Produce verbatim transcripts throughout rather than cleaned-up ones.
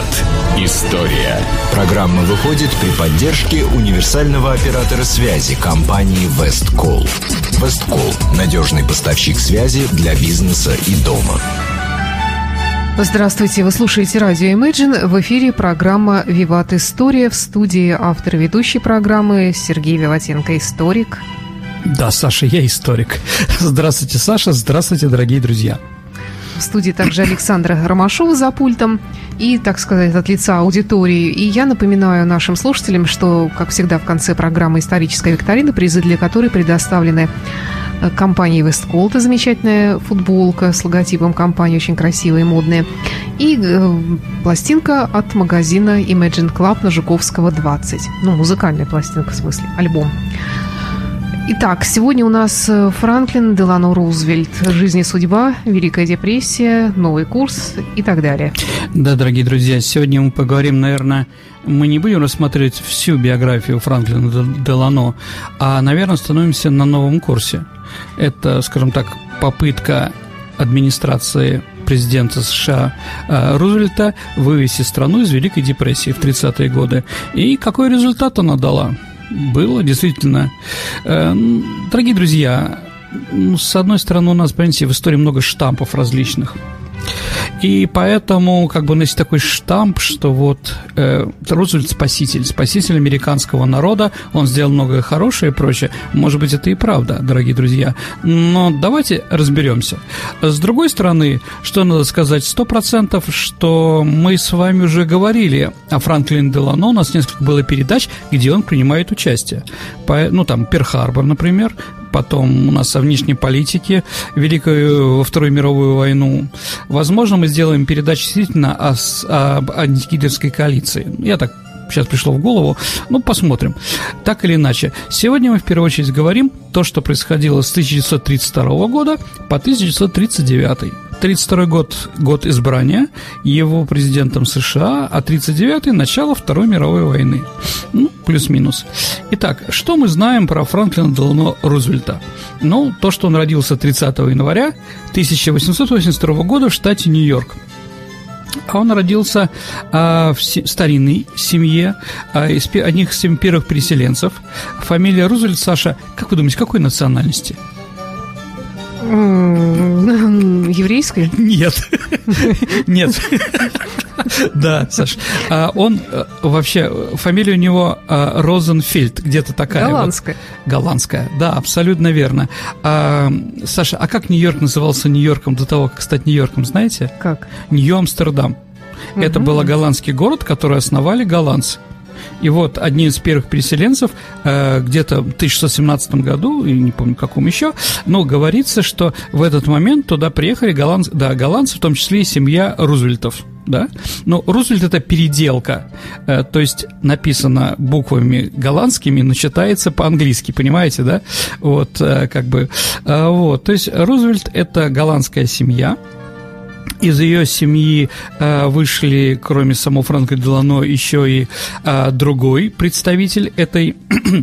Виват. История. Программа выходит при поддержке универсального оператора связи компании Весткол. Весткол – надежный поставщик связи для бизнеса и дома. Здравствуйте, вы слушаете радио Imagine. В эфире программа «Виват. История». В студии автор ведущей программы Сергей Виватенко, историк. Да, Саша, я историк. Здравствуйте, Саша. Здравствуйте, дорогие друзья. В студии также Александра Ромашова за пультом и, так сказать, от лица аудитории. И я напоминаю нашим слушателям, что, как всегда, в конце программы «Историческая викторина», призы для которой предоставлены компанией Весткол. Это замечательная футболка с логотипом компании, очень красивая и модная. И э, пластинка от магазина Imagine Club на Жуковского, двадцать. Ну, музыкальная пластинка, в смысле, альбом. Итак, сегодня у нас Франклин Делано Рузвельт. Жизнь и судьба, Великая депрессия, новый курс и так далее. Да, дорогие друзья, сегодня мы поговорим, наверное, мы не будем рассматривать всю биографию Франклина Делано, а, наверное, остановимся на новом курсе. Это, скажем так, попытка администрации президента США э, Рузвельта вывести страну из Великой депрессии в тридцатые годы. И какой результат она дала? Было действительно. Э, дорогие друзья, ну, с одной стороны, у нас, понимаете, в истории много штампов различных. И поэтому, как бы, есть такой штамп, что вот э, Рузвельт спаситель, спаситель американского народа, он сделал многое хорошее и прочее. Может быть, это и правда, дорогие друзья. Но давайте разберемся. С другой стороны, что надо сказать, сто процентов, что мы с вами уже говорили о Франклине Делано, у нас несколько было передач, где он принимает участие. По, ну, там, Перл-Харбор, например. Потом у нас о внешней политике, Великую, во Вторую мировую войну. Возможно, мы сделаем передачу действительно о, о антигитлеровской коалиции. Я так сейчас пришло в голову, ну, посмотрим. Так или иначе, сегодня мы в первую очередь говорим то, что происходило с тысяча девятьсот тридцать второго года по тысяча девятьсот тридцать девятый. тридцать второй год – год избрания его президентом США, а тридцать девятый – начало Второй мировой войны. Ну, плюс-минус. Итак, что мы знаем про Франклина Делано Рузвельта? Ну, то, что он родился тридцатого января тысяча восемьсот восемьдесят второго года в штате Нью-Йорк. А он родился а, в се- старинной семье, а, из пе- одних из первых переселенцев. Фамилия Рузвельт, Саша, как вы думаете, какой национальности? Еврейской? Нет. Нет. Да, Саш. Он вообще, фамилия у него Розенфельд, где-то такая. Голландская. Вот. Голландская, да, абсолютно верно. А, Саша, а как Нью-Йорк назывался Нью-Йорком до того, как стать Нью-Йорком, знаете? Как? Нью-Амстердам. Угу. Это был голландский город, который основали голландцы. И вот одни из первых переселенцев э, где-то в тысяча шестьсот семнадцатом году, и не помню каком еще, но говорится, что в этот момент туда приехали голландцы, да, голландцы, в том числе и семья Рузвельтов. Да? Но Рузвельт – это переделка, э, то есть написано буквами голландскими, но читается по-английски, понимаете, да? Вот, э, как бы, э, вот, то есть Рузвельт – это голландская семья. Из ее семьи э, вышли, кроме самого Франклина Делано, еще и э, другой представитель этой,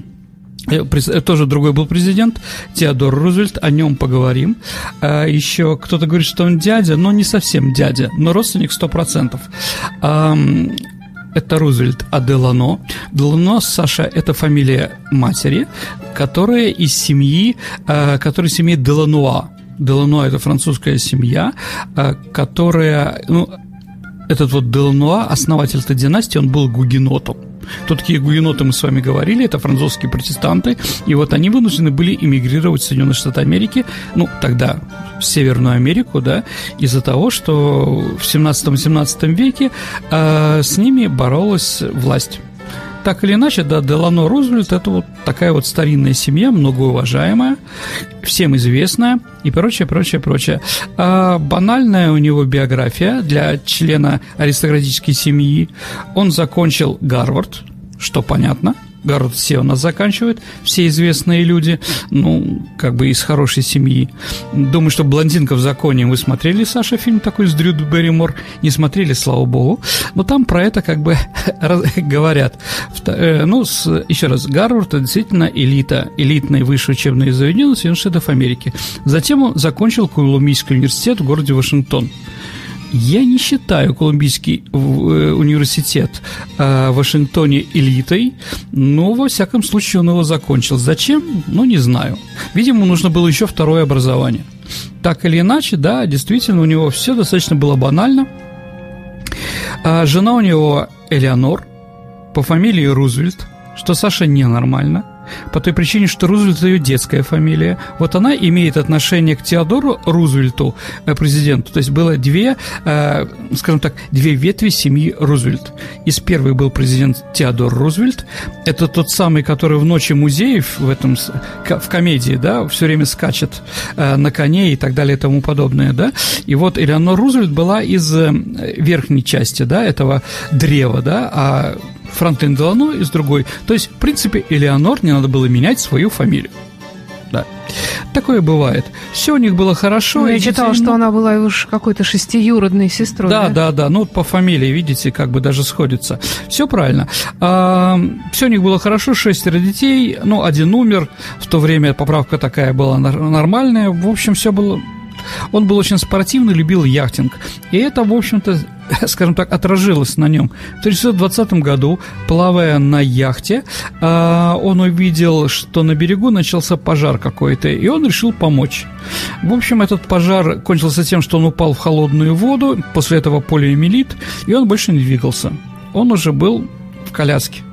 тоже другой был президент, Теодор Рузвельт, о нем поговорим. Э, еще кто-то говорит, что он дядя, но не совсем дядя, но родственник сто процентов. Э, это Рузвельт, а Делано. Делано, Саша, это фамилия матери, которая из семьи, э, которая из семьи Делануа. Делано – это французская семья, которая, ну, этот вот Делануа, основатель этой династии, он был гугенотом. Кто такие гугеноты, мы с вами говорили, это французские протестанты, и вот они вынуждены были эмигрировать в Соединенные Штаты Америки, ну, тогда в Северную Америку, да, из-за того, что в семнадцатом-семнадцатом веке э, с ними боролась власть. Так или иначе, да, Делано Рузвельт – это вот такая вот старинная семья, многоуважаемая, всем известная и прочее, прочее, прочее. А банальная у него биография для члена аристократической семьи. Он закончил Гарвард, что понятно. Гарвард все у нас заканчивают, все известные люди, ну, как бы из хорошей семьи. Думаю, что «Блондинка в законе» вы смотрели, Саша, фильм такой с Дрю Берримор? Не смотрели, слава богу. Но там про это как бы говорят. Ну, с, еще раз, Гарвард – это действительно элита, элитное высшее учебное заведение Соединенных Штатов Америки. Затем он закончил Колумбийский университет в городе Вашингтон. Я не считаю Колумбийский университет в Вашингтоне элитой, но, во всяком случае, он его закончил. Зачем? Ну, не знаю. Видимо, нужно было еще второе образование. Так или иначе, да, действительно, у него все достаточно было банально. Жена у него Элеонор, по фамилии Рузвельт, что Саша ненормально, по той причине, что Рузвельт – это ее детская фамилия. Вот она имеет отношение к Теодору Рузвельту, президенту. То есть было две, скажем так, две ветви семьи Рузвельт. Из первой был президент Теодор Рузвельт. Это тот самый, который в «Ночи музеев», в, этом, в комедии, да, все время скачет на коне и так далее и тому подобное, да. И вот Элеонор Рузвельт была из верхней части, да, этого древа, да, а Франклин Делано из другой. То есть, в принципе, Элеонор не надо было менять свою фамилию. Да. Такое бывает. Все у них было хорошо. Я читала, детей... что она была уж какой-то шестиюродной сестрой. Да, да, да, да. Ну, вот по фамилии, видите, как бы даже сходится. Все правильно. А, все у них было хорошо, шестеро детей. Ну, один умер. В то время поправка такая была нормальная. В общем, все было... Он был очень спортивный, любил яхтинг. И это, в общем-то, скажем так, отражилось на нем. В тысяча девятьсот двадцатом году, плавая на яхте, он увидел, что на берегу начался пожар какой-то, и он решил помочь. В общем, этот пожар кончился тем, что он упал в холодную воду, после этого полиомиелит, и он больше не двигался. Он уже был в коляске.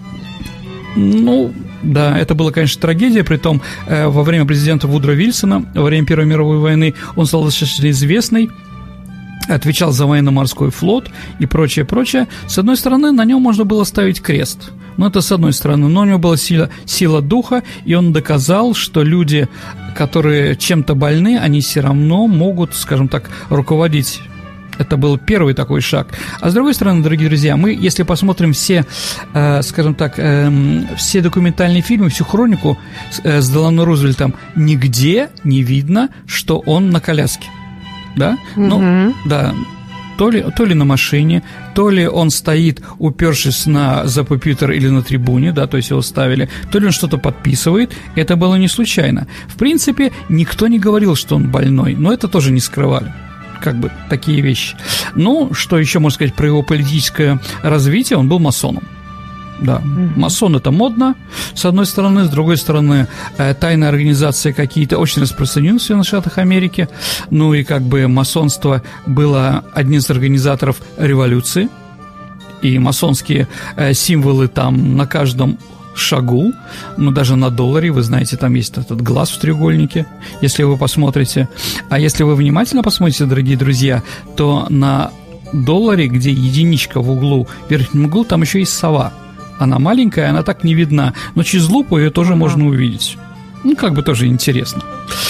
Ну... Да, это была, конечно, трагедия, притом э, во время президента Вудро Вильсона, во время Первой мировой войны он стал достаточно известный, отвечал за военно-морской флот и прочее, прочее. С одной стороны, на нем можно было ставить крест, но это с одной стороны, но у него была сила, сила духа, и он доказал, что люди, которые чем-то больны, они все равно могут, скажем так, руководить. Это был первый такой шаг. А с другой стороны, дорогие друзья, мы, если посмотрим все, э, скажем так, э, все документальные фильмы, всю хронику э, с Делано Рузвельтом, нигде не видно, что он на коляске. Да? Mm-hmm. Ну, да. То ли, то ли на машине, то ли он стоит, упершись на, за пюпитр или на трибуне, да, то есть его ставили, то ли он что-то подписывает. Это было не случайно. В принципе, никто не говорил, что он больной, но это тоже не скрывали. Как бы такие вещи. Ну, что еще можно сказать про его политическое развитие? Он был масоном. Да, mm-hmm. масон – это модно, с одной стороны, с другой стороны, э, тайные организации какие-то очень распространены в Соединенных Штатах Америки. Ну и как бы масонство было одним из организаторов революции, и масонские э, символы там на каждом шагу, ну, даже на долларе, вы знаете, там есть этот глаз в треугольнике, если вы посмотрите. А если вы внимательно посмотрите, дорогие друзья, то на долларе, где единичка в углу, в верхнем углу, там еще есть сова. Она маленькая, она так не видна, но через лупу ее тоже ага. можно увидеть. Ну, как бы тоже интересно.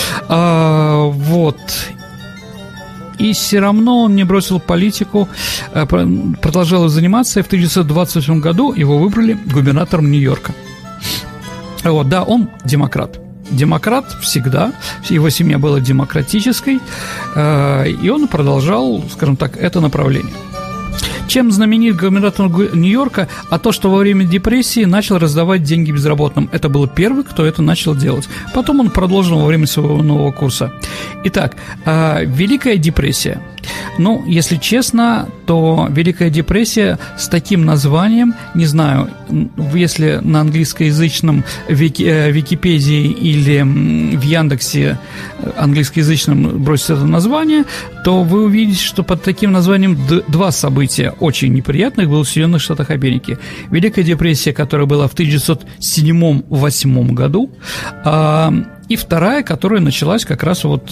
А, вот. И все равно он не бросил политику, продолжал заниматься, и в тысяча девятьсот двадцать восьмом году его выбрали губернатором Нью-Йорка. Вот, да, он демократ. Демократ всегда, его семья была демократической, и он продолжал, скажем так, это направление. Чем знаменит губернатор Нью-Йорка? А то, что во время депрессии начал раздавать деньги безработным. Это был первый, кто это начал делать. Потом он продолжил во время своего нового курса. Итак, Великая депрессия. Ну, если честно, то Великая депрессия с таким названием, не знаю, если на английскоязычном Вики, Википедии или в Яндексе английскоязычном бросить это название, то вы увидите, что под таким названием д- два события очень неприятных было в Соединенных Штатах Америки. Великая депрессия, которая была в тысяча девятьсот седьмом-восьмом году, а, и вторая, которая началась как раз вот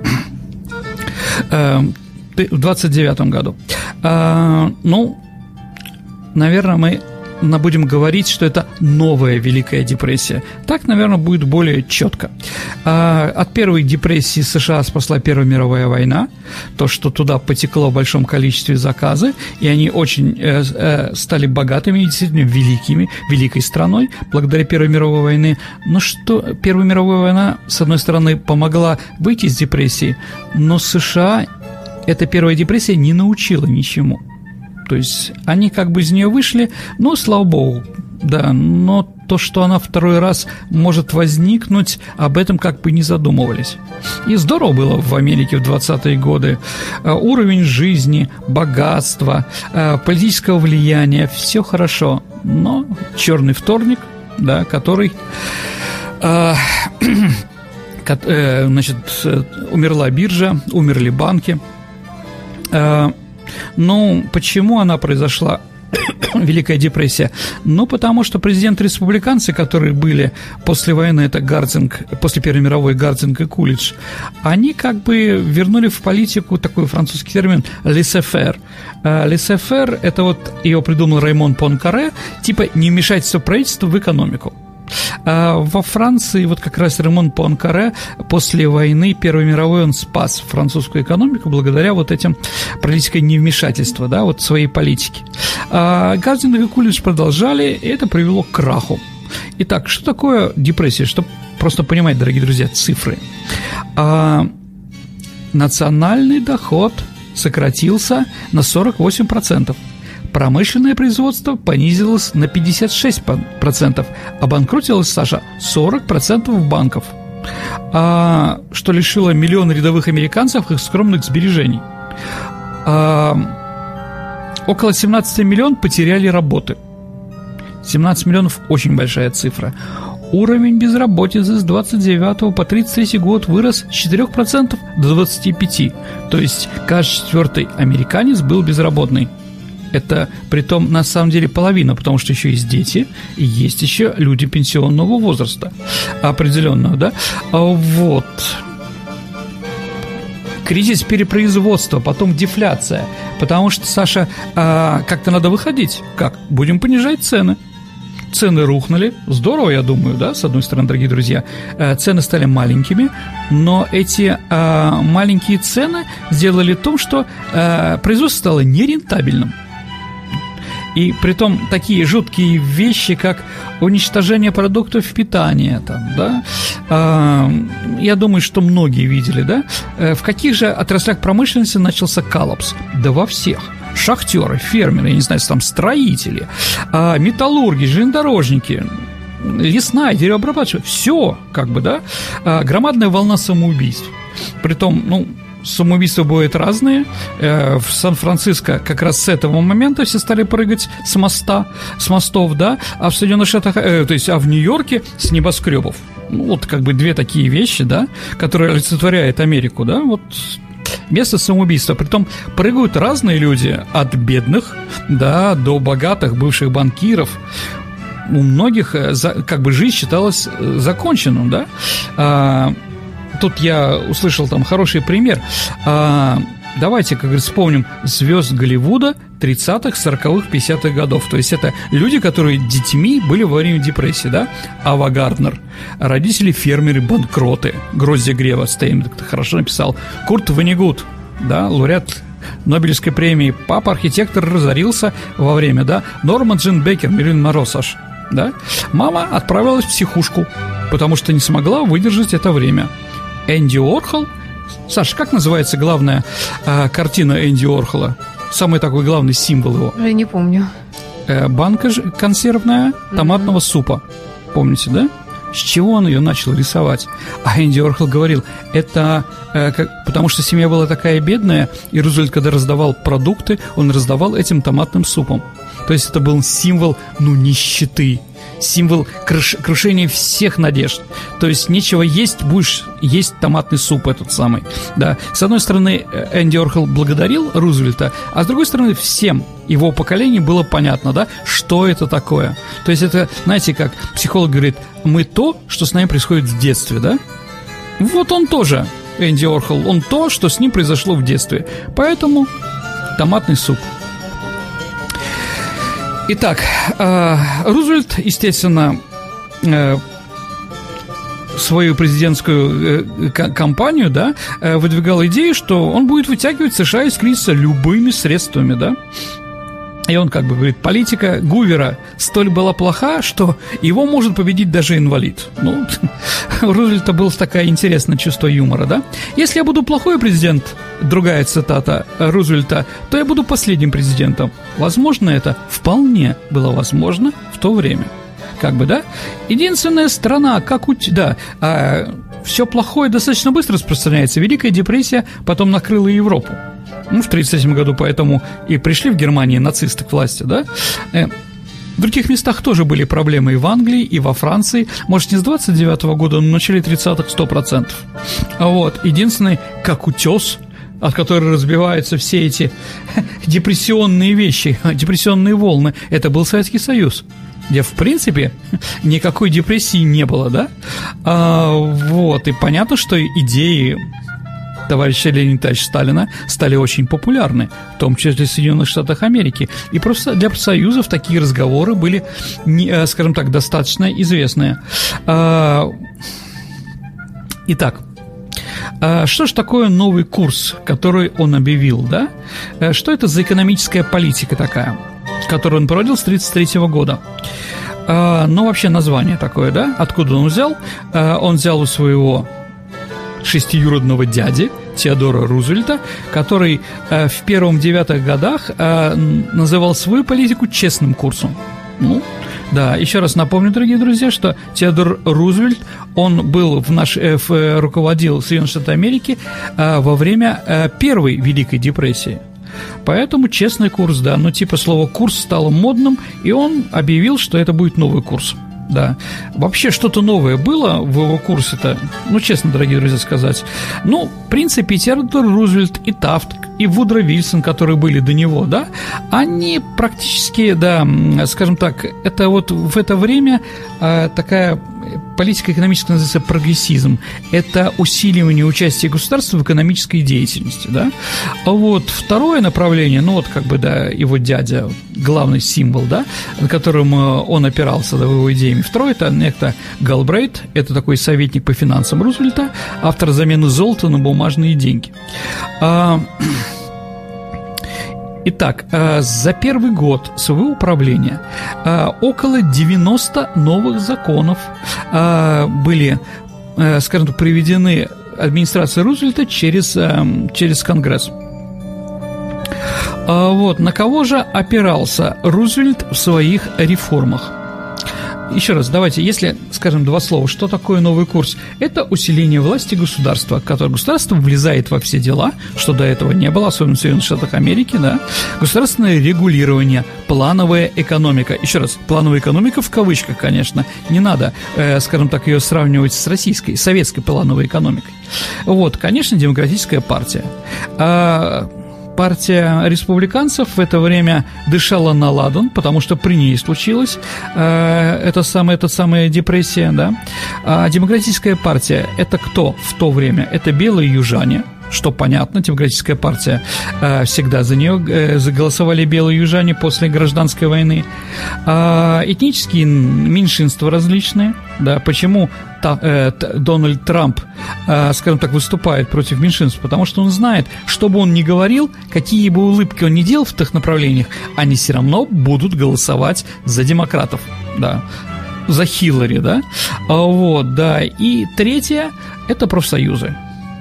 а, в двадцать девятом году. А, ну, наверное, мы будем говорить, что это новая Великая депрессия. Так, наверное, будет более четко. А, от первой депрессии США спасла Первая мировая война, то, что туда потекло в большом количестве заказы, и они очень э, э, стали богатыми и действительно великими, великой страной благодаря Первой мировой войне. Но что Первая мировая война, с одной стороны, помогла выйти из депрессии, но США эта Первая депрессия не научила ничему. То есть они как бы из нее вышли, но, слава богу, да, но то, что она второй раз может возникнуть, об этом как бы не задумывались. И здорово было в Америке в двадцатые годы. Уровень жизни, богатства, политического влияния, все хорошо. Но черный вторник, да, который... Значит, умерла биржа, умерли банки. Ну, почему она произошла, Великая депрессия? Ну, потому что президенты-республиканцы, которые были после войны, это Гардинг, после Первой мировой Гардинг и Кулидж, они как бы вернули в политику такой французский термин «laissez-faire». «Laissez-faire» – это вот его придумал Раймон Пуанкаре, типа «не вмешательство правительства в экономику». А во Франции вот как раз Раймон Пуанкаре после войны Первой мировой он спас французскую экономику благодаря вот этим политикой невмешательства, да, вот своей политики. А Гардинг и Кулидж продолжали, и это привело к краху. Итак, что такое депрессия? Чтобы просто понимать, дорогие друзья, цифры. А, национальный доход сократился на сорок восемь процентов. Промышленное производство понизилось на пятьдесят шесть процентов, обанкротилось, Саша, сорок процентов банков, а, что лишило миллиона рядовых американцев их скромных сбережений. А, около семнадцать миллионов потеряли работы. семнадцать миллионов – очень большая цифра. Уровень безработицы с двадцать девятого по тридцать третий год вырос с четырёх процентов до двадцати пяти процентов. То есть каждый четвертый американец был безработный. Это, притом, на самом деле половина, потому что еще есть дети, и есть еще люди пенсионного возраста определенного, да? Вот. Кризис перепроизводства, потом дефляция. Потому что, Саша, а, как-то надо выходить. Как? Будем понижать цены. Цены рухнули. Здорово, я думаю, да, с одной стороны, дорогие друзья. Цены стали маленькими, но эти а, маленькие цены сделали то, что а, производство стало нерентабельным. И притом такие жуткие вещи, как уничтожение продуктов питания, там, да, а, я думаю, что многие видели, да, в каких же отраслях промышленности начался коллапс? Да во всех. Шахтеры, фермеры, я не знаю, там строители, а, металлурги, железнодорожники, лесная, деревообрабатывающая, все, как бы, да, а, громадная волна самоубийств. Притом, ну, самоубийства бывают разные. В Сан-Франциско как раз с этого момента все стали прыгать с моста, с мостов, да, а в Соединенных Штатах, э, то есть, а в Нью-Йорке с небоскребов. Ну, вот как бы две такие вещи, да, которые олицетворяют Америку, да, вот место самоубийства. Притом прыгают разные люди, от бедных, да, до богатых бывших банкиров. У многих как бы жизнь считалась законченным, да. А, тут я услышал там хороший пример. А, давайте, как говорится, вспомним звезд Голливуда тридцатых, сороковых, пятидесятых годов. То есть это люди, которые детьми были во время депрессии, да? Ава Гарднер, родители фермеры, банкроты. Гроздья Грева, Стейн как-то хорошо написал. Курт Воннегут, да, лауреат Нобелевской премии. Папа архитектор разорился во время, да. Норман Джин Беккер, Мэрилин Монро, Саш, да. Мама отправилась в психушку, потому что не смогла выдержать это время. Энди Уорхол. Саша, как называется главная э, картина Энди Уорхола? Самый такой главный символ его. Я не помню. Э, банка консервная томатного mm-hmm. супа. Помните, да? С чего он ее начал рисовать? А Энди Уорхол говорил, это э, как, потому что семья была такая бедная, и Рузвельт, когда раздавал продукты, он раздавал этим томатным супом. То есть это был символ, ну, нищеты, символ круш, крушения всех надежд. То есть нечего есть, будешь есть томатный суп этот самый. Да. С одной стороны, Энди Уорхол благодарил Рузвельта, а с другой стороны, всем его поколению было понятно, да, что это такое. То есть это, знаете, как психолог говорит, мы то, что с нами происходит в детстве, да? Вот он тоже, Энди Уорхол, он то, что с ним произошло в детстве. Поэтому томатный суп. Итак, э, Рузвельт, естественно, э, свою президентскую э, кампанию, да, э, выдвигал идею, что он будет вытягивать США из кризиса любыми средствами, да. И он как бы говорит, политика Гувера столь была плоха, что его может победить даже инвалид. Ну, у Рузвельта было такое интересное чувство юмора, да? Если я буду плохой президент, другая цитата Рузвельта, то я буду последним президентом. Возможно это? Вполне было возможно в то время. как бы, да? Единственная страна, как у... Да, а, все плохое достаточно быстро распространяется. Великая депрессия потом накрыла Европу. Ну, в тридцать третьем году поэтому и пришли в Германии нацисты к власти, да? В других местах тоже были проблемы и в Англии, и во Франции. Может, не с двадцать девятого года, но в начале тридцатых сто процентов. Вот. Единственный, как утес, от которого разбиваются все эти депрессионные вещи, депрессионные волны, это был Советский Союз, где, в принципе, никакой депрессии не было, да? А, вот. И понятно, что идеи товарища Леонида Ильича Сталина стали очень популярны, в том числе в Соединенных Штатах Америки. И просто для профсоюзов такие разговоры были, скажем так, достаточно известные. Итак, что же такое новый курс, который он объявил, да? Что это за экономическая политика такая, которую он проводил с тридцать третьего года? Ну, вообще название такое, да? Откуда он взял? Он взял у своего шестиюродного дяди Теодора Рузвельта, который э, в первом девятых годах э, называл свою политику честным курсом. Ну, да, еще раз напомню, дорогие друзья, что Теодор Рузвельт, он был в наш, э, в, руководил Соединенных Штатов Америки э, во время э, первой Великой депрессии. Поэтому честный курс, да, ну типа слово «курс» стало модным, и он объявил, что это будет новый курс. Да. Вообще что-то новое было в его курсе-то, ну, честно, дорогие друзья, сказать. Ну, в принципе, Теодор Рузвельт и Тафт, и Вудро Вильсон, которые были до него, да, они практически, да, скажем так, это вот в это время э, такая политика экономическая называется прогрессизм. Это усиливание участия государства в экономической деятельности, да. А вот второе направление, ну, вот как бы, да, его дядя, главный символ, да, на котором он опирался, да, в его идеями. Второе – это некто Галбрейт, это такой советник по финансам Рузвельта, автор замены золота на бумажные деньги. Итак, за первый год своего управления около девяноста новых законов были, скажем так, приведены администрацией Рузвельта через, через Конгресс. Вот, на кого же опирался Рузвельт в своих реформах? Еще раз, давайте, если скажем два слова, что такое новый курс? Это усиление власти государства, в которое государство влезает во все дела, что до этого не было, особенно в Соединенных Штатах Америки, да. Государственное регулирование, плановая экономика. Еще раз, плановая экономика в кавычках, конечно, не надо, э, скажем так, ее сравнивать с российской, советской плановой экономикой. Вот, конечно, демократическая партия. А партия республиканцев в это время дышала на ладан, потому что при ней случилась э, эта самая, эта самая депрессия, да. А демократическая партия – это кто в то время? Это белые южане, что понятно, демократическая партия, э, всегда за нее э, заголосовали белые южане после гражданской войны. А этнические меньшинства различные, да, почему та, э, т, Дональд Трамп, э, скажем так, выступает против меньшинств? Потому что он знает, что бы он ни говорил, какие бы улыбки он ни делал в тех направлениях, они все равно будут голосовать за демократов, да, за Хиллари, да, а, вот, да, и третье – это профсоюзы.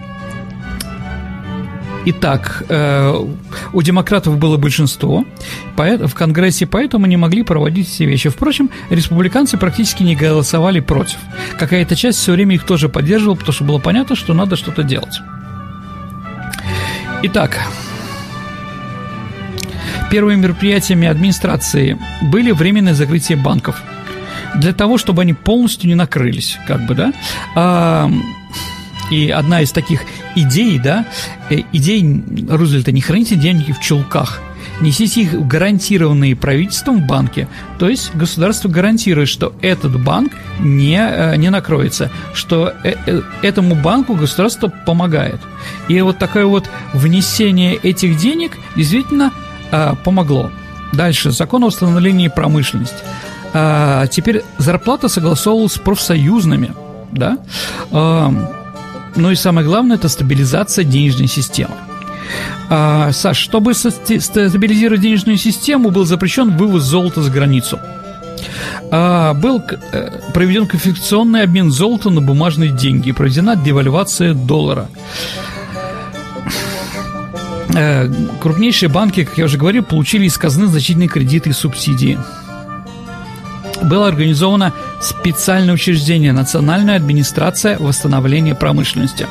Итак, э, у демократов было большинство в Конгрессе, поэтому не могли проводить все вещи. Впрочем, республиканцы практически не голосовали против. Какая-то часть все время их тоже поддерживала, потому что было понятно, что надо что-то делать. Итак, первыми мероприятиями администрации были временное закрытие банков, для того, чтобы они полностью не накрылись, как бы, да. А, и одна из таких идей, да, идей Рузвельта: не храните деньги в чулках, несите их в гарантированные правительством банки. То есть государство гарантирует, что этот банк не, не накроется, что этому банку государство помогает. И вот такое вот внесение этих денег действительно помогло. Дальше, закон о восстановлении промышленности. Теперь зарплата согласовывалась с профсоюзными, да. Ну и самое главное – это стабилизация денежной системы. А, Саш, чтобы стабилизировать денежную систему, был запрещен вывоз золота за границу. А, был проведен конфискационный обмен золота на бумажные деньги, проведена девальвация доллара. А, крупнейшие банки, как я уже говорил, получили из казны значительные кредиты и субсидии. было организовано специальное учреждение «Национальная администрация восстановления промышленности».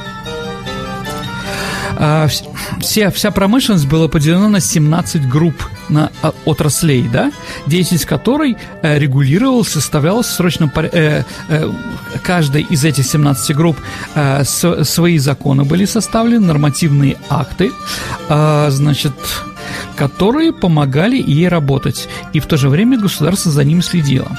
Вся, вся промышленность была поделена на семнадцать групп на отраслей, да, деятельность которой э, регулировалась, составлялась в срочном порядке. Э, э, каждой из этих семнадцати групп э, с, свои законы были составлены, нормативные акты, э, значит, которые помогали ей работать, и в то же время государство за ним следило.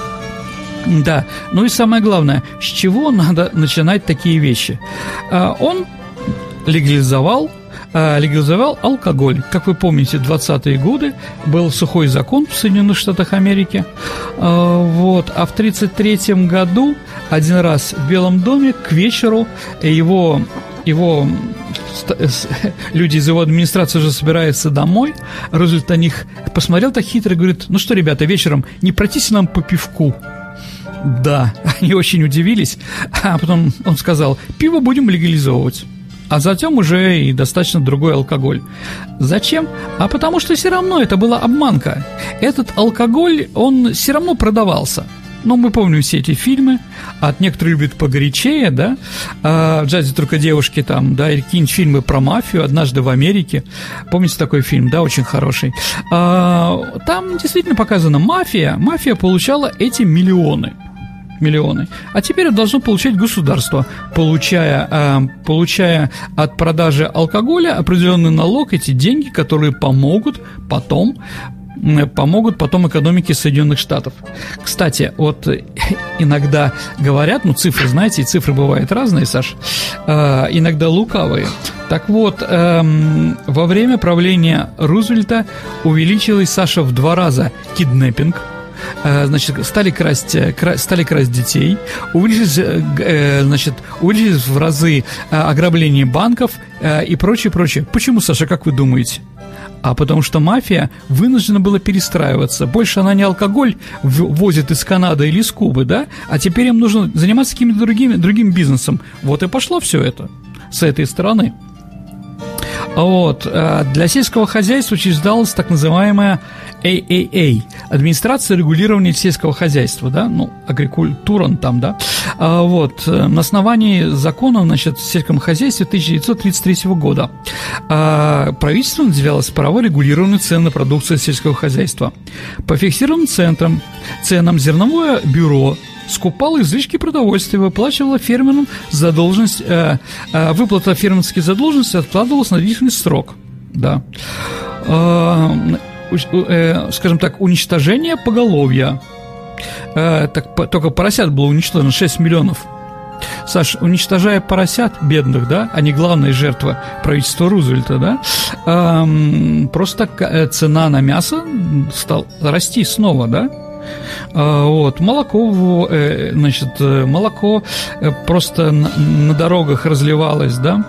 Да, ну и самое главное, с чего надо начинать такие вещи? Э, он легализовал, э, легализовал алкоголь. Как вы помните, в двадцатые годы был сухой закон в Соединенных Штатах Америки. Э, вот. А в тридцать третьем году один раз в Белом доме к вечеру его, его люди из его администрации уже собираются домой. Рузвельт на них посмотрел так хитро и говорит: ну что, ребята, вечером не пройтись нам по пивку? Да, они очень удивились. А потом он сказал: пиво будем легализовывать. А затем уже и достаточно другой алкоголь. Зачем? А потому что все равно это была обманка. Этот алкоголь, он все равно продавался. Ну, мы помним все эти фильмы. От некоторые любят погорячее, да. А в «Джазе только девушки» там, да, или какие-нибудь фильмы про мафию «Однажды в Америке». Помните такой фильм, да, очень хороший. А, там действительно показана мафия. Мафия получала эти миллионы. миллионы. А теперь это должно получать государство, получая, э, получая от продажи алкоголя определенный налог, эти деньги, которые помогут потом, э, помогут потом экономике Соединенных Штатов. Кстати, вот иногда говорят, ну цифры, знаете, цифры бывают разные, Саш, э, иногда лукавые. Так вот, э, во время правления Рузвельта увеличилась, Саша, в два раза киднеппинг. Значит, стали красть, стали красть детей, увеличились, значит, увеличились в разы ограбление банков и прочее, прочее. Почему, Саша, как вы думаете? А потому что мафия вынуждена была перестраиваться. Больше она не алкоголь возит из Канады или из Кубы, да? А теперь им нужно заниматься каким-то другим, другим бизнесом. Вот и пошло все это с этой стороны. Вот. Для сельского хозяйства учреждалась так называемая эй эй эй – администрация регулирования сельского хозяйства, да, ну, агрикультура там, да, а, вот, на основании закона, значит, в сельском хозяйстве тысяча девятьсот тридцать третьего года а, правительство наделялось право регулирования цен на продукцию сельского хозяйства. По фиксированным ценам, ценам зерновое бюро скупало излишки продовольствия, выплачивало фермерам задолженность, э, э, выплата фермерской задолженности откладывалась на длительный срок, да. Э, э, скажем так, уничтожение поголовья. Э, так, по, только поросят было уничтожено шесть миллионов. Саш, уничтожая поросят бедных, да, они главная жертва правительства Рузвельта, да, э, просто э, цена на мясо стала расти снова, да. Вот, молоко, значит, молоко просто на дорогах разливалось, да,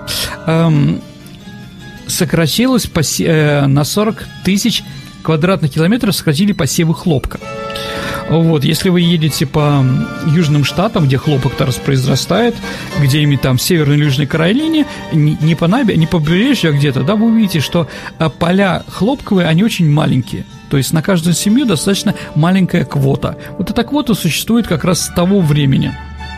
сократилось на сорок тысяч квадратных километров, сократили посевы хлопка. Вот, если вы едете по южным штатам, где хлопок-то распроизврастает, где-нибудь там в Северной или Южной Каролине, не по набе, не по побережью, а где-то, да, вы увидите, что поля хлопковые, они очень маленькие. То есть на каждую семью достаточно маленькая квота. Вот эта квота существует как раз с того времени.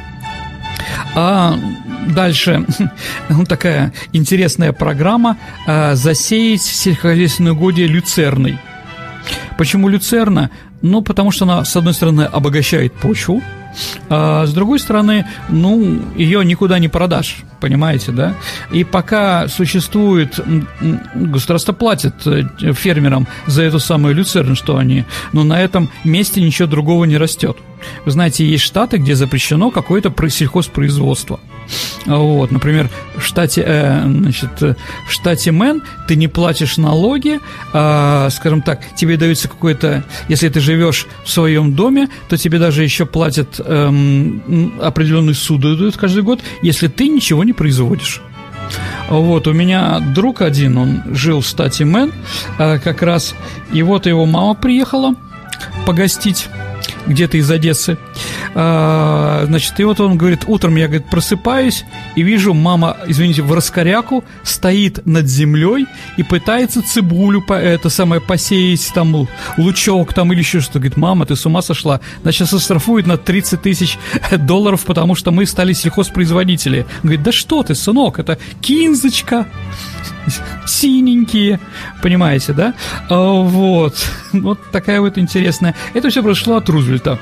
А дальше ну, такая интересная программа а, засеять сельскохозяйственные угодья люцерной. Почему люцерна? Ну, потому что она, с одной стороны, обогащает почву, а с другой стороны, ну, ее никуда не продашь, понимаете, да? И пока существует, государство платит фермерам за эту самую люцерну, что они, но на этом месте ничего другого не растет. Вы знаете, есть штаты, где запрещено какое-то сельхозпроизводство. Вот, например, в штате, э, значит, в штате Мэн ты не платишь налоги, э, скажем так, тебе дается какое-то, если ты живешь в своем доме, то тебе даже еще платят э, определенные суды дают каждый год, если ты ничего не производишь. Вот, у меня друг один, он жил в штате Мэн, э, как раз, и вот его мама приехала погостить где-то из Одессы. А, значит, и вот он говорит, утром я, говорит, просыпаюсь, и вижу, мама, извините, в раскоряку стоит над землей и пытается цибулю, по, это самое, посеять, там, лучок, там, или еще что-то. Говорит, мама, ты с ума сошла? Нас сейчас оштрафуют на тридцать тысяч долларов, потому что мы стали сельхозпроизводители. Говорит, да что ты, сынок, это кинзочка, синенькие, понимаете, да? А, вот, вот такая вот интересная. Это все произошло от Рузвельта.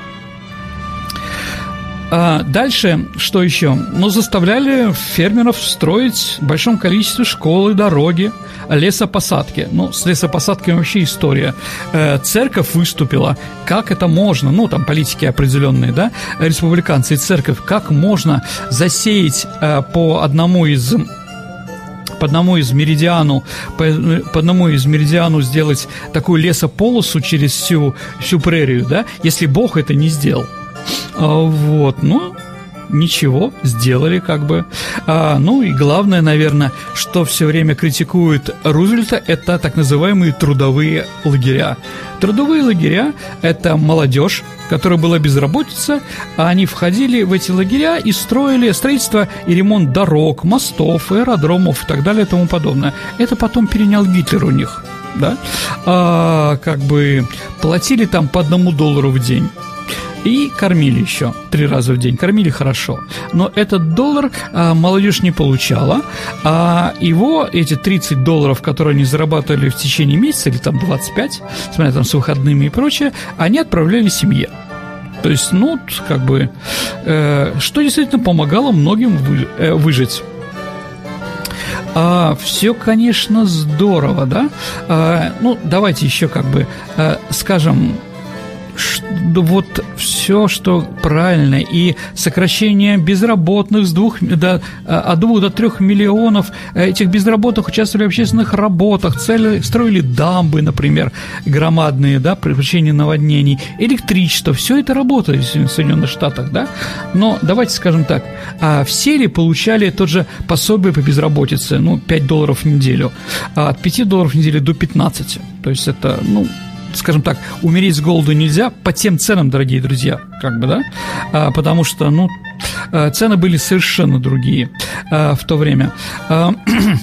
А дальше, что еще? Ну, заставляли фермеров строить в большом количестве школы, дороги, лесопосадки. Ну, с лесопосадками вообще история. Э, церковь выступила, как это можно, ну, там политики определенные, да, республиканцы и церковь, как можно засеять э, по одному из... по одному из меридиану, по, по одному из меридиану сделать такую лесополосу через всю, всю прерию, да, если Бог это не сделал. Вот, ну, ничего, сделали как бы. а, Ну и главное, наверное, что все время критикует Рузвельта, это так называемые трудовые лагеря. Трудовые лагеря – это молодежь, которая была безработица, а они входили в эти лагеря и строили строительство и ремонт дорог, мостов, аэродромов и так далее и тому подобное. Это потом перенял Гитлер у них, да, а, как бы платили там по одному доллару в день. И кормили еще три раза в день, кормили хорошо. Но этот доллар а, молодежь не получала, а его, эти тридцать долларов, которые они зарабатывали в течение месяца, или там двадцать пять, смотря там с выходными и прочее, они отправляли семье. То есть, ну, как бы, э, что действительно помогало многим вы, э, выжить. А, все, конечно, здорово, да? А, ну, давайте еще как бы а, скажем... Вот все, что правильно, и сокращение безработных с двух, до, от двух до трех миллионов этих безработных участвовали в общественных работах, цели, строили дамбы, например, громадные, да, при причине наводнений, электричество, все это работает в Соединенных Штатах, да, но давайте скажем так, а все ли получали тот же пособие по безработице, ну, пять долларов в неделю, а от пяти долларов в неделю до пятнадцати, то есть это, ну, скажем так, умереть с голоду нельзя по тем ценам, дорогие друзья, как бы, да, а, потому что, ну, цены были совершенно другие а, в то время. А,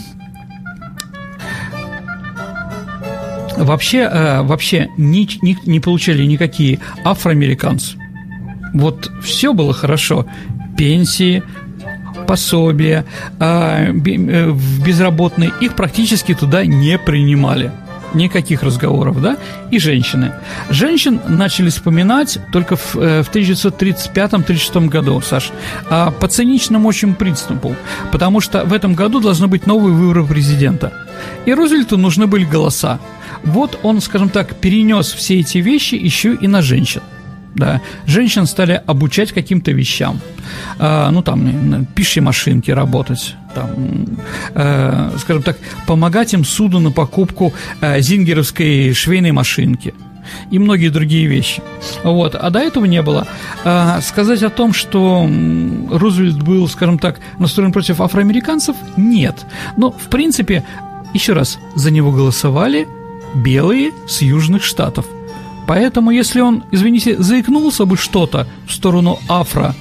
вообще, а, вообще не, не, не получали никакие афроамериканцы. Вот все было хорошо. Пенсии, пособия, а, безработные, их практически туда не принимали. Никаких разговоров, да, и женщины. Женщин начали вспоминать только в, в тысяча девятьсот тридцать пятом — тридцать шестом году, Саш, а по циничному очень принципу, потому что в этом году должны быть новые выборы президента, и Рузвельту нужны были голоса. Вот он, скажем так, перенес все эти вещи еще и на женщин. Да, женщин стали обучать каким-то вещам, а, ну там пиши машинки работать, там, э, скажем так, помогать им суду на покупку э, зингеровской швейной машинки и многие другие вещи. Вот, а до этого не было. А, сказать о том, что Рузвельт был, скажем так, настроен против афроамериканцев, нет. Но в принципе, еще раз, за него голосовали белые с южных штатов. Поэтому, если он, извините, заикнулся бы что-то в сторону афро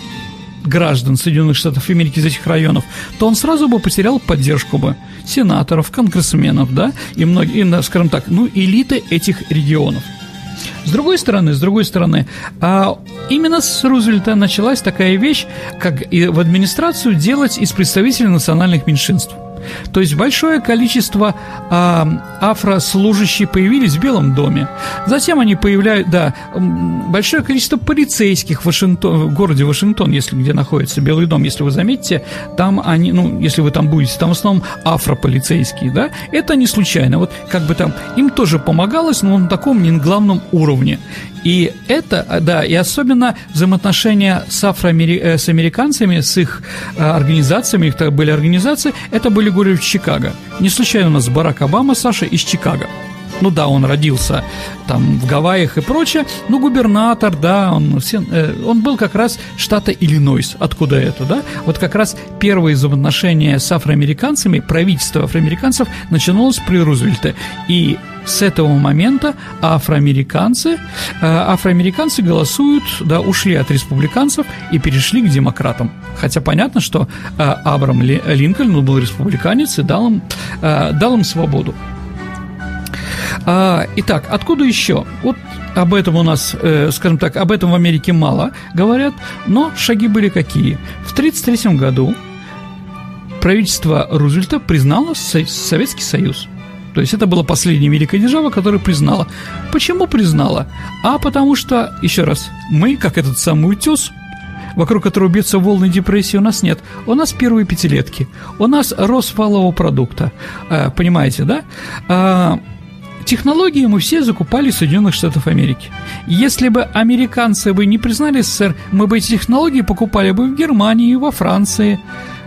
граждан Соединенных Штатов Америки из этих районов, то он сразу бы потерял поддержку бы сенаторов, конгрессменов, да, и многие, скажем так, ну, элиты этих регионов. С другой стороны, с другой стороны, а именно с Рузвельта началась такая вещь, как и в администрацию делать из представителей национальных меньшинств. То есть большое количество а, афрослужащих появились в Белом доме. Затем они появляются, да, большое количество полицейских в, Вашингтон, в городе Вашингтон, если где находится Белый дом, если вы заметите, там они, ну, если вы там будете, там в основном афрополицейские, да, это не случайно. Вот как бы там им тоже помогалось, но на таком не на главном уровне. И это, да, и особенно взаимоотношения с, афроамери... с американцами, с их организациями, их были организации, это были, говорю, в Чикаго. Не случайно у нас Барак Обама, Саша, из Чикаго. Ну да, он родился там в Гавайях и прочее, но губернатор, да, он, все, э, он был как раз штата Иллинойс. Откуда это, да? Вот как раз первые взаимоотношения с афроамериканцами, правительство афроамериканцев начиналось при Рузвельте. И с этого момента афроамериканцы, э, афроамериканцы голосуют, да, ушли от республиканцев и перешли к демократам. Хотя понятно, что э, Абрахам Линкольн, он был республиканец и дал им, э, дал им свободу. А, итак, откуда еще? Вот об этом у нас, э, скажем так, об этом в Америке мало говорят, но шаги были какие? В тысяча девятьсот тридцать третьем году правительство Рузвельта признало Советский Союз. То есть это была последняя великая держава, которая признала. Почему признала? А потому что, еще раз, мы, как этот самый утес, вокруг которого бьются волны депрессии, у нас нет. У нас первые пятилетки. У нас рост валового продукта. А, понимаете, да? А, технологии мы все закупали из Соединенных Штатов Америки. Если бы американцы бы не признали СССР, мы бы эти технологии покупали бы в Германии, во Франции,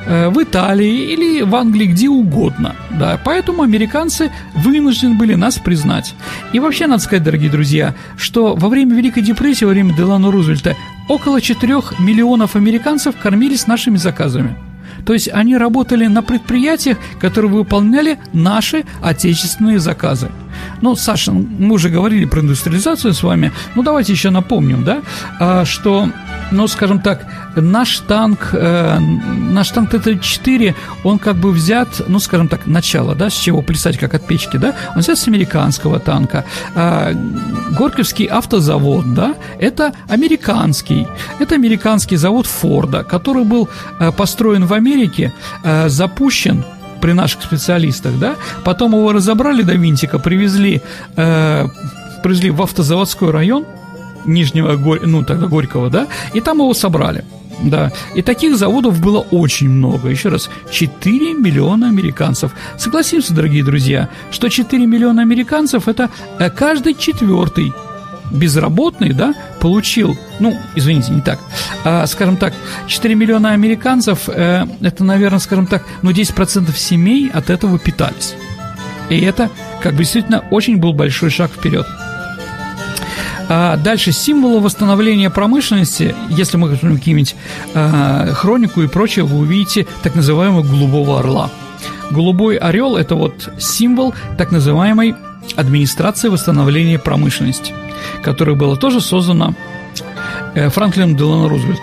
в Италии или в Англии, где угодно, да, поэтому американцы вынуждены были нас признать. И вообще надо сказать, дорогие друзья, что во время Великой депрессии, во время Делано Рузвельта, около четырёх миллионов американцев кормились нашими заказами. То есть они работали на предприятиях, которые выполняли наши отечественные заказы. Ну, Саша, мы уже говорили про индустриализацию с вами, ну, давайте еще напомним, да, что, ну, скажем так, наш танк, э, наш танк Т тридцать четыре, он как бы взят, ну, скажем так, начало, да, с чего плясать, как от печки, да, он взят с американского танка. Э, Горьковский автозавод, да, это американский, это американский завод Форда, который был э, построен в Америке, э, запущен при наших специалистах, да, потом его разобрали до винтика, привезли, э, привезли в автозаводской район Нижнего, ну, тогда Горького, да, и там его собрали, да, и таких заводов было очень много, еще раз, четыре миллиона американцев. Согласимся, дорогие друзья, что четыре миллиона американцев – это каждый четвертый безработный, да, получил, ну, извините, не так, а, скажем так, четыре миллиона американцев, э, это, наверное, скажем так, ну, десять процентов семей от этого питались. И это, как бы, действительно, очень был большой шаг вперед. А дальше, символы восстановления промышленности, если мы возьмем какие-нибудь э, хронику и прочее, вы увидите так называемого голубого орла. Голубой орел – это вот символ так называемой администрации восстановления промышленности, которая была тоже создана Франклином Делано Рузвельтом.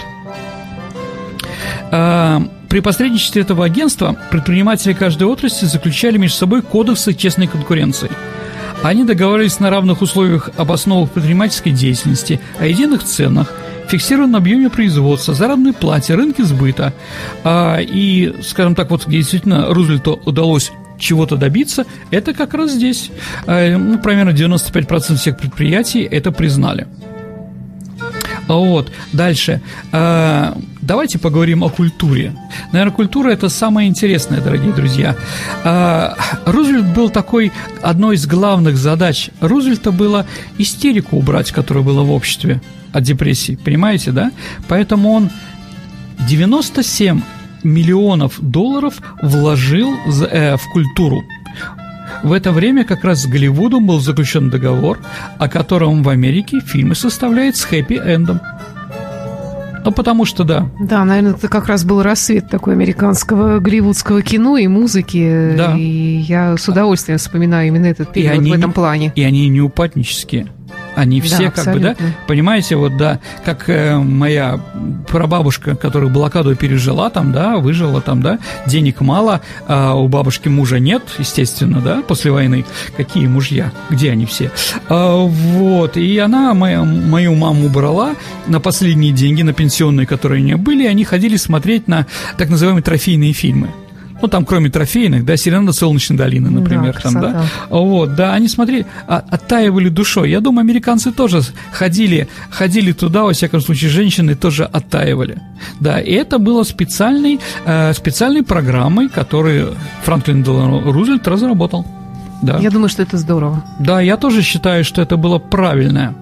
При посредничестве этого агентства предприниматели каждой отрасли заключали между собой кодексы честной конкуренции. Они договаривались на равных условиях об основах предпринимательской деятельности, о единых ценах, фиксированном объеме производства, заработной плате, рынке сбыта. И, скажем так, вот действительно Рузвельту удалось чего-то добиться, это как раз здесь. Ну, примерно девяносто пять процентов всех предприятий это признали. Вот, дальше. Давайте поговорим о культуре. Наверное, культура – это самое интересное, дорогие друзья. Рузвельт был такой, одной из главных задач Рузвельта было истерику убрать, которая была в обществе от депрессии, понимаете, да? Поэтому он девяносто семь миллионов долларов вложил в культуру. В это время как раз с Голливудом был заключен договор, о котором в Америке фильмы составляют с хэппи-эндом. Ну, потому что, да. Да, наверное, это как раз был рассвет такой американского голливудского кино и музыки. Да. И я с удовольствием вспоминаю именно этот период в этом плане. И они не упаднические. Они все, да, как бы, да, понимаете, вот, да, как э, моя прабабушка, которая блокаду пережила там, да, выжила там, да, денег мало, а у бабушки мужа нет, естественно, да, после войны. Какие мужья? Где они все? А, вот, и она моя, мою маму брала на последние деньги, на пенсионные, которые у нее были, и они ходили смотреть на так называемые трофейные фильмы. Ну, там, кроме трофейных, да, «Серенада Солнечной долины», например, да, там, да. Вот, да, они смотрели, а, оттаивали душой. Я думаю, американцы тоже ходили, ходили туда, во всяком случае, женщины тоже оттаивали. Да, и это было специальной, э, специальной программой, которую Франклин Делано Рузвельт разработал. Да. Я думаю, что это здорово. Да, я тоже считаю, что это было правильное.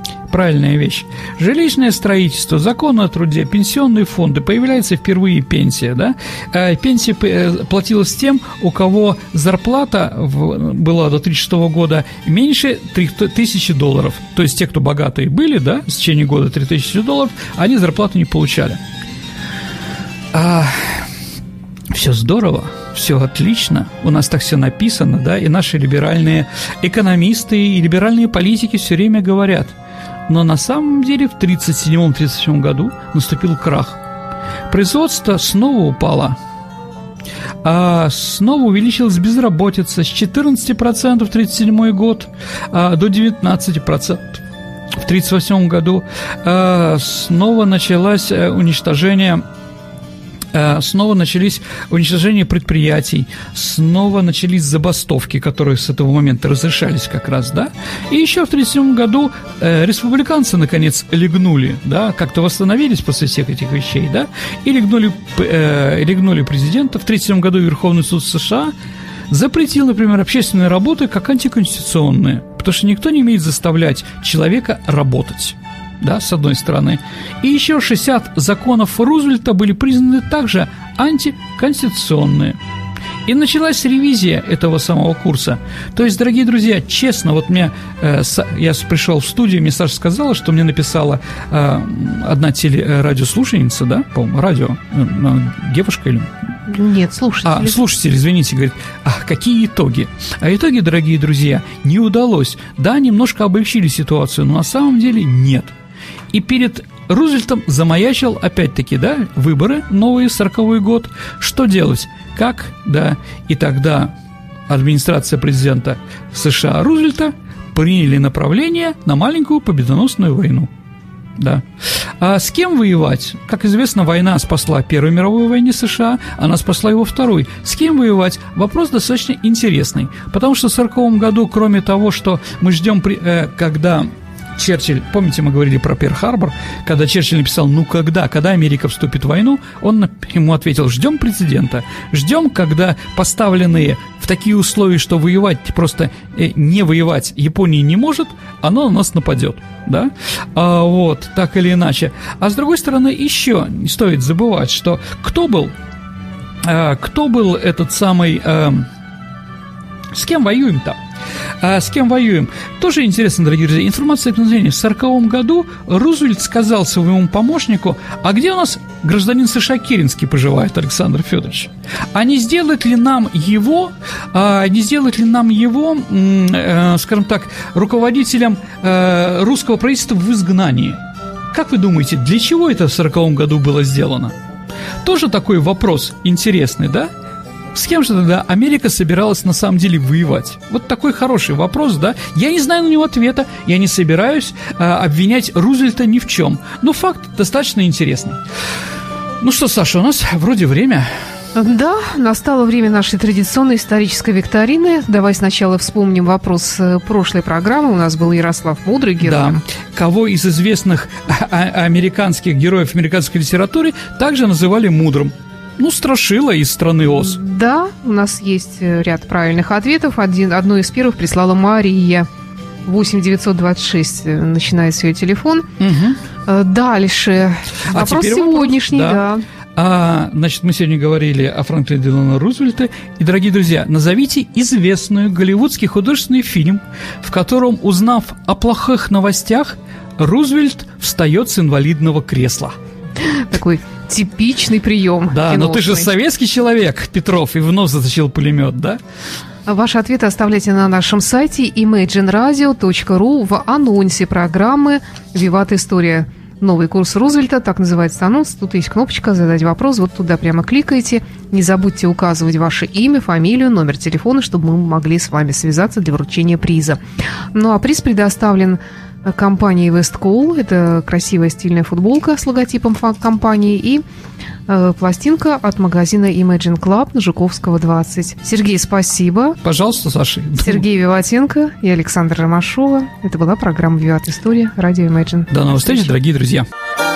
Правильная вещь. Жилищное строительство, закон о труде, пенсионные фонды, появляется впервые пенсия, да? Пенсия платилась тем, у кого зарплата была до тридцать шестого года меньше три тысячи долларов. То есть те, кто богатые были, да, в течение года три тысячи долларов, они зарплату не получали. А, все здорово. Все отлично, у нас так все написано, да, и наши либеральные экономисты и либеральные политики все время говорят. Но на самом деле в тридцать седьмом — тридцать восьмом году наступил крах. Производство снова упало, а снова увеличилась безработица с четырнадцати процентов в тридцать седьмой год а, до девятнадцати процентов в тридцать восьмом году. А, снова началось уничтожение Снова начались уничтожение предприятий, снова начались забастовки, которые с этого момента разрешались как раз, да. И еще в тридцать седьмом году э, республиканцы, наконец, легнули, да, как-то восстановились после всех этих вещей, да, и легнули, э, легнули президента. В тридцать седьмом году Верховный суд США запретил, например, общественные работы как антиконституционные, потому что никто не имеет заставлять человека работать. Да, с одной стороны. И еще шестьдесят законов Рузвельта были признаны также антиконституционные. И началась ревизия этого самого курса. То есть, дорогие друзья, честно, вот мне, э, с, я пришел в студию, мне Саша сказала, что мне написала э, одна телерадиослушательница, да, по-моему, радио, э, девушка или... Нет, слушатель. А, слушатель, извините, говорит, а какие итоги? А итоги, дорогие друзья, не удалось. Да, немножко облегчили ситуацию, но на самом деле нет. И перед Рузвельтом замаячил, опять-таки, да, выборы, новые, сороковой год. Что делать? Как? Да. И тогда администрация президента США Рузвельта приняли направление на маленькую победоносную войну. Да. А с кем воевать? Как известно, война спасла Первую мировую войну США, она спасла его Второй. С кем воевать? Вопрос достаточно интересный. Потому что в сороковом году, кроме того, что мы ждем, э, когда... Черчилль, помните, мы говорили про Перл-Харбор, когда Черчилль написал «ну когда?», когда Америка вступит в войну, он ему ответил «ждем президента, ждем, когда поставленные в такие условия, что воевать, просто не воевать Япония не может, оно на нас нападет», да, а, вот, так или иначе. А с другой стороны, еще не стоит забывать, что кто был, а, кто был этот самый, а, с кем воюем-то? А с кем воюем? Тоже интересно, дорогие друзья. Информация о В сороковом году Рузвельт сказал своему помощнику: а где у нас гражданин США Керенский поживает, Александр Федорович? А не сделать ли нам его, а не сделать ли нам его, э, скажем так, руководителем э, русского правительства в изгнании? Как вы думаете, для чего это в сороковом году было сделано? Тоже такой вопрос интересный, да? С кем же тогда Америка собиралась на самом деле воевать? Вот такой хороший вопрос, да? Я не знаю на него ответа, я не собираюсь а, обвинять Рузвельта ни в чем. Но факт достаточно интересный. Ну что, Саша, у нас вроде время. Да, настало время нашей традиционной исторической викторины. Давай сначала вспомним вопрос прошлой программы. У нас был Ярослав Мудрый, герой. Да. Кого из известных американских героев американской литературы также называли мудрым? Ну, Страшила из «Страны Оз». Да, у нас есть ряд правильных ответов. Один, одну из первых прислала Мария. восемь девятьсот двадцать шесть начинается ее телефон. Угу. Дальше. А вопрос сегодняшний, вопрос, да. да. А, значит, мы сегодня говорили о Франклине Делано Рузвельте. И, дорогие друзья, назовите известный голливудский художественный фильм, в котором, узнав о плохих новостях, Рузвельт встает с инвалидного кресла. Такой типичный прием. Да, киношный. Но ты же советский человек, Петров, и вновь затащил пулемет, да? Ваши ответы оставляйте на нашем сайте имейджин радио точка ру в анонсе программы «Виват История». Новый курс Рузвельта, так называется анонс. Тут есть кнопочка «Задать вопрос». Вот туда прямо кликаете. Не забудьте указывать ваше имя, фамилию, номер телефона, чтобы мы могли с вами связаться для вручения приза. Ну а приз предоставлен компанией Westcall. Это красивая стильная футболка с логотипом компании и э, пластинка от магазина Imagine Club на Жуковского, двадцать. Сергей, спасибо. Пожалуйста, Саша. Сергей Виватенко и Александра Ромашова. Это была программа «Виват История», радио Imagine. До новых встреч, дорогие друзья.